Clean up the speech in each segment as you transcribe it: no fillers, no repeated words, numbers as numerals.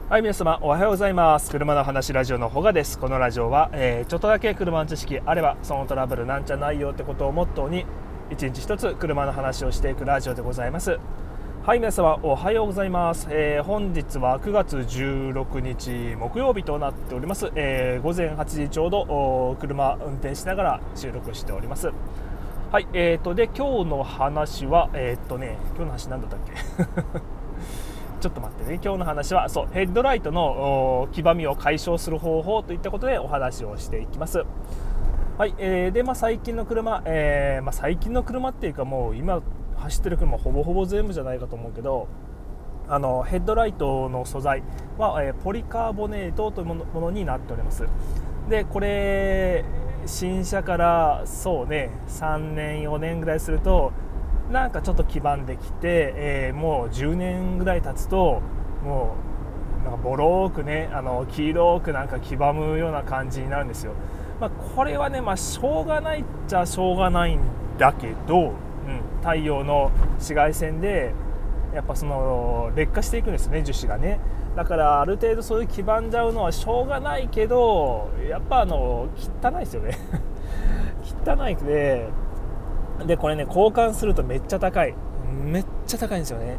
はい、皆様おはようございます。車の話ラジオのほがです。このラジオは、ちょっとだけ車の知識あればそのトラブルなんちゃないよってことをモットーに一日一つ車の話をしていくラジオでございます。はい、皆様おはようございます。本日は9月16日木曜日となっております。午前8時ちょうど車運転しながら収録しております。はい、で今日の話は今日の話なんだったっけちょっと待ってね。今日の話はヘッドライトの黄ばみを解消する方法といったことでお話をしていきます。はい、で最近の車、最近の車っていうかもう今走ってる車ほぼほぼ全部じゃないかと思うけど、ヘッドライトの素材は、ポリカーボネートというものになっております。でこれ新車から3年4年ぐらいするとなんかちょっと黄ばんできて、もう10年ぐらい経つともうなんかボローくね黄色くなんか黄ばむような感じになるんですよ。これはね、しょうがないっちゃしょうがないんだけど、太陽の紫外線でやっぱその劣化していくんですね、樹脂がね。だからある程度そういう黄ばんじゃうのはしょうがないけど、やっぱ汚いですよね汚いでこれね交換するとめっちゃ高いんですよね。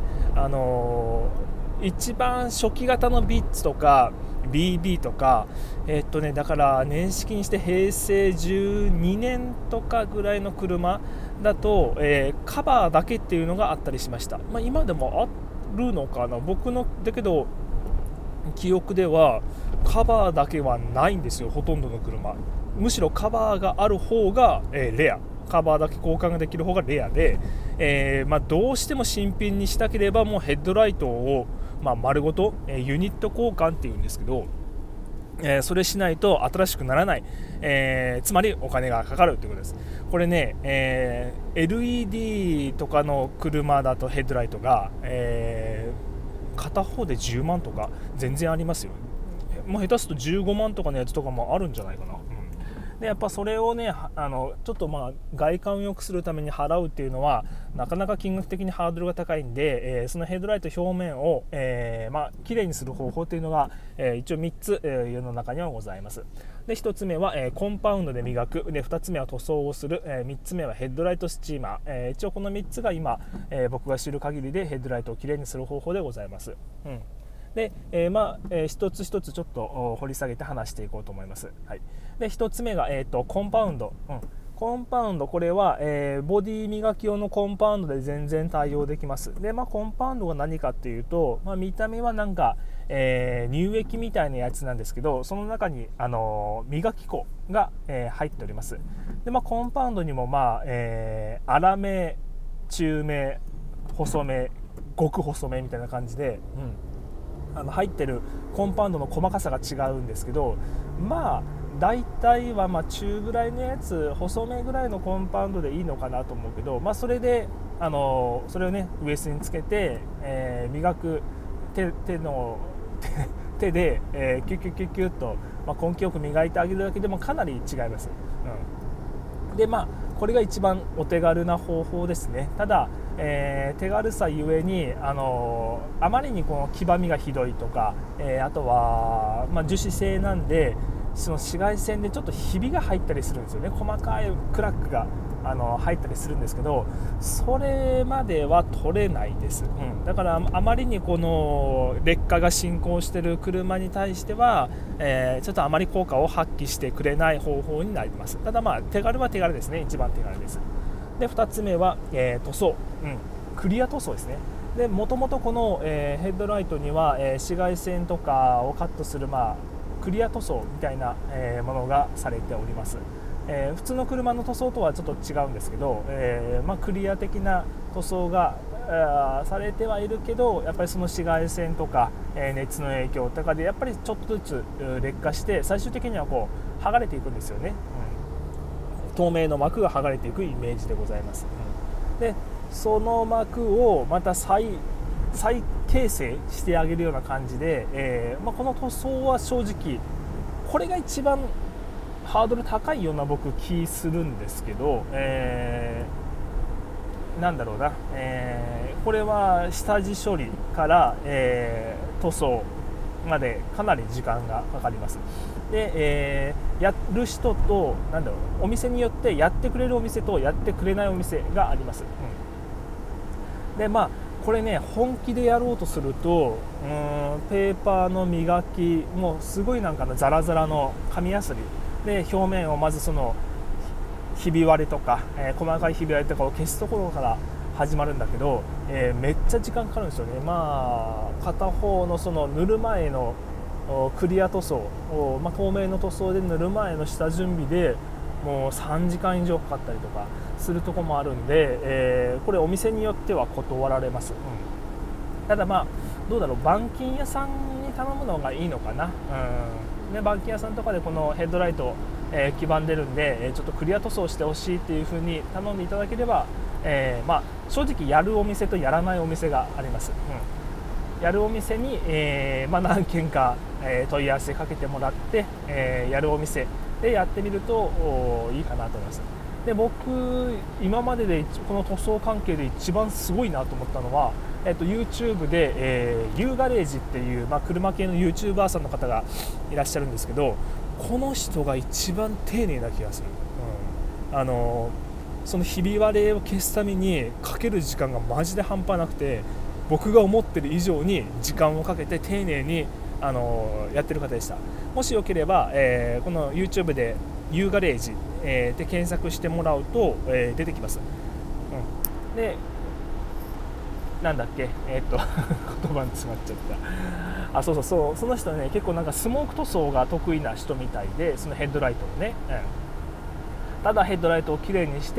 一番初期型のビッツとか BB とかだから年式にして平成12年とかぐらいの車だと、カバーだけっていうのがあったりしました。今でもあるのかな。僕のだけど記憶ではカバーだけはないんですよ、ほとんどの車。むしろカバーがある方が、レア。カバーだけ交換ができる方がレアで、どうしても新品にしたければもうヘッドライトを、丸ごと、ユニット交換っていうんですけど、それしないと新しくならない、つまりお金がかかるということです。これね、LED とかの車だとヘッドライトが、片方で10万とか全然ありますよ。もう下手すると15万とかのやつとかもあるんじゃないかな。でやっぱそれをねちょっと外観を良くするために払うっていうのはなかなか金額的にハードルが高いんで、そのヘッドライト表面を、きれいにする方法というのが、一応3つ、世の中にはございます。で1つ目は、コンパウンドで磨く。で2つ目は塗装をする。3つ目はヘッドライトスチーマー。一応この3つが今、僕が知る限りでヘッドライトをきれいにする方法でございます。で一つ一つちょっと掘り下げて話していこうと思います。はい、で1つ目が、コンパウンド。コンパウンド、これは、ボディ磨き用のコンパウンドで全然対応できます。で、コンパウンドが何かっていうと、見た目はなんか、乳液みたいなやつなんですけど、その中に、磨き粉が、入っております。で、コンパウンドにも、粗め、中め、細め、極細めみたいな感じで、入ってるコンパウンドの細かさが違うんですけど、大体は中ぐらいのやつ、細めぐらいのコンパウンドでいいのかなと思うけど、それでそれをねウエスにつけて、磨く手で、キュッキュッキュッキュッと、根気よく磨いてあげるだけでもかなり違います。でこれが一番お手軽な方法ですね。ただ、手軽さゆえにあまりにこの黄ばみがひどいとか、あとは、樹脂製なんでその紫外線でちょっとひびが入ったりするんですよね。細かいクラックが入ったりするんですけど、それまでは取れないです。だからあまりにこの劣化が進行している車に対しては、ちょっとあまり効果を発揮してくれない方法になります。ただ手軽は手軽ですね。一番手軽です。で2つ目は、塗装、クリア塗装ですね。でもともとこの、ヘッドライトには、紫外線とかをカットするクリア塗装みたいな、ものがされております。普通の車の塗装とはちょっと違うんですけど、クリア的な塗装がされてはいるけど、やっぱりその紫外線とか、熱の影響とかでやっぱりちょっとずつ劣化して最終的にはこう剥がれていくんですよね。透明の膜が剥がれていくイメージでございます。でその膜をまた再形成してあげるような感じで、この塗装は正直これが一番ハードル高いような僕気するんですけど、なんだろうな、これは下地処理から、塗装までかなり時間がかかります。で、やる人とお店によってやってくれるお店とやってくれないお店があります。でこれね、本気でやろうとするとペーパーの磨きもすごいザラザラの紙やすりで表面をまずそのひび割れとか、細かいひび割れとかを消すところから始まるんだけど、めっちゃ時間かかるんですよね。片方のその塗る前のクリア塗装を、透明の塗装で塗る前の下準備でもう3時間以上かかったりとかするところもあるんで、これお店によっては断られます。ただどうだろう、板金屋さんに頼むのがいいのかな。板金屋さんとかでこのヘッドライト、黄ばんでるんで、ちょっとクリア塗装してほしいっていう風に頼んでいただければ、正直やるお店とやらないお店があります。やるお店に、何件か、問い合わせかけてもらって、やるお店でやってみるといいかなと思います。で僕今まででこの塗装関係で一番すごいなと思ったのは、YouTube で、ユーガレージっていう、車系の YouTuber さんの方がいらっしゃるんですけど、この人が一番丁寧な気がする。そのひび割れを消すためにかける時間がマジで半端なくて、僕が思ってる以上に時間をかけて丁寧にやってる方でした。もしよければ、この YouTube でユーガレージ、で検索してもらうと、出てきます。でなんだっけ、言葉に詰まっちゃった。そうその人ね、結構スモーク塗装が得意な人みたいで、そのヘッドライトをね、ただヘッドライトをきれいにして、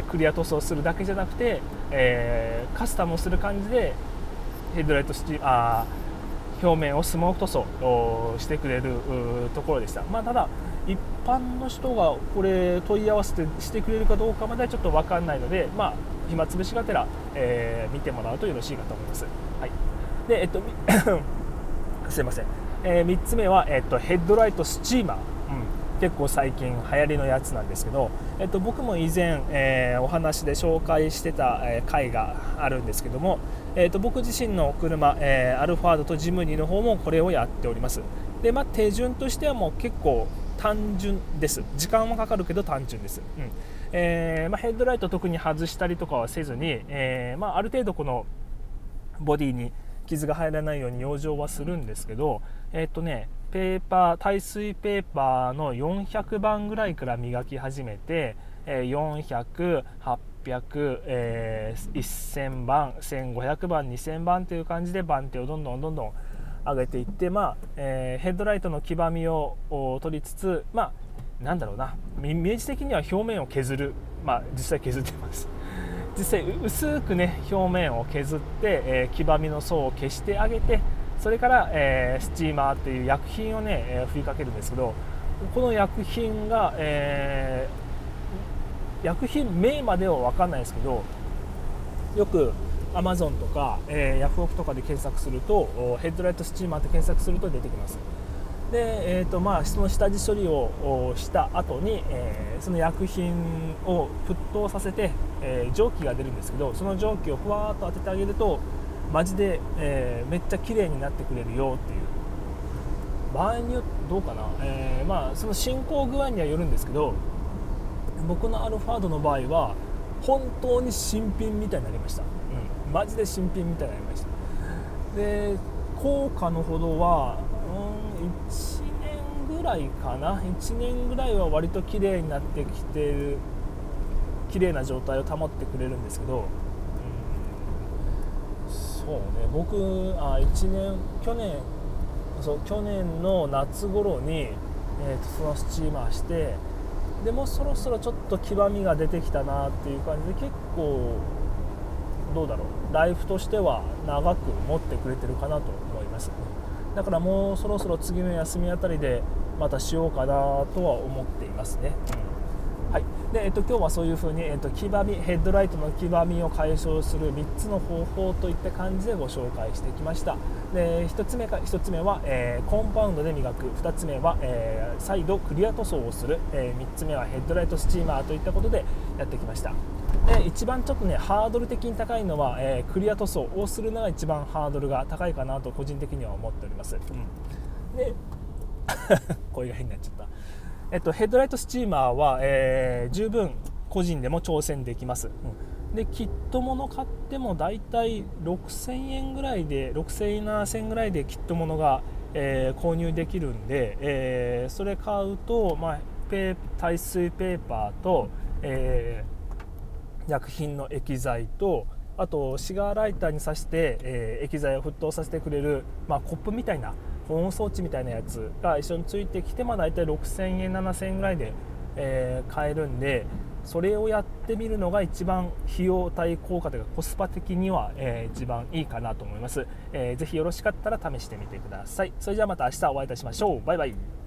クリア塗装するだけじゃなくて、カスタムする感じでヘッドライト表面をスモーク塗装をしてくれるところでした。ただ一般の人がこれ問い合わせてしてくれるかどうかまではちょっと分かんないので、暇つぶしがてら、見てもらうとよろしいかと思います。で、すいません、3つ目は、ヘッドライトスチーマー、結構最近流行りのやつなんですけど、僕も以前、お話で紹介してた、回があるんですけども、僕自身の車、アルファードとジムニーの方もこれをやっております。で、手順としてはもう結構単純です。時間はかかるけど単純です。ヘッドライト特に外したりとかはせずに、ある程度このボディに傷が入らないように養生はするんですけど、ペーパー耐水ペーパーの400番ぐらいから磨き始めて、400、800、1000番、1500番、2000番という感じで番手をどんどん上げていって、ヘッドライトの黄ばみを取りつつ、イメージ的には表面を削る、実際削ってます。実際薄くね表面を削って、黄ばみの層を消してあげて、それから、スチーマーっていう薬品をね、振りかけるんですけど、この薬品が、薬品名までは分かんないですけど、よく Amazon とか、ヤフオクとかで検索するとヘッドライトスチーマーって検索すると出てきます。で、その下地処理をした後に、その薬品を沸騰させて、蒸気が出るんですけど、その蒸気をふわーっと当ててあげるとマジで、めっちゃ綺麗になってくれるよっていう。場合によってどうかな、その進行具合にはよるんですけど、僕のアルファードの場合は本当に新品みたいになりました。マジで新品みたいになりました。で、効果のほどは1年ぐらいかな。1年ぐらいは割と綺麗になってきてる、綺麗な状態を保ってくれるんですけど、そうね、僕去年の夏頃に、そのスチーマーして、でもそろそろちょっと黄ばみが出てきたなっていう感じで、結構どうだろう、ライフとしては長く持ってくれてるかなと思います。だからもうそろそろ次の休みあたりでまたしようかなとは思っていますね。はい。で、今日はそういう風に、黄ばみ、ヘッドライトの黄ばみを解消する3つの方法といった感じでご紹介してきました。で、1つ目は、コンパウンドで磨く、2つ目は、再度クリア塗装をする、3つ目はヘッドライトスチーマーといったことでやってきました。 で一番ちょっとねハードル的に高いのは、クリア塗装をするのが一番ハードルが高いかなと個人的には思っております、で声が変になっちゃった、ヘッドライトスチーマーは、十分個人でも挑戦できます、でキットもの買ってもだいたい6000円ぐらいで6000円7000円ぐらいでキットものが、購入できるんで、それ買うと、耐水ペーパーと、薬品の液剤とあとシガーライターに挿して、液剤を沸騰させてくれる、コップみたいな保温装置みたいなやつが一緒についてきて、だいたい6000円7000円ぐらいで、買えるんで、それをやってみるのが一番費用対効果というかコスパ的には、一番いいかなと思います、ぜひよろしかったら試してみてください。それじゃあまた明日お会いいたしましょう。バイバイ。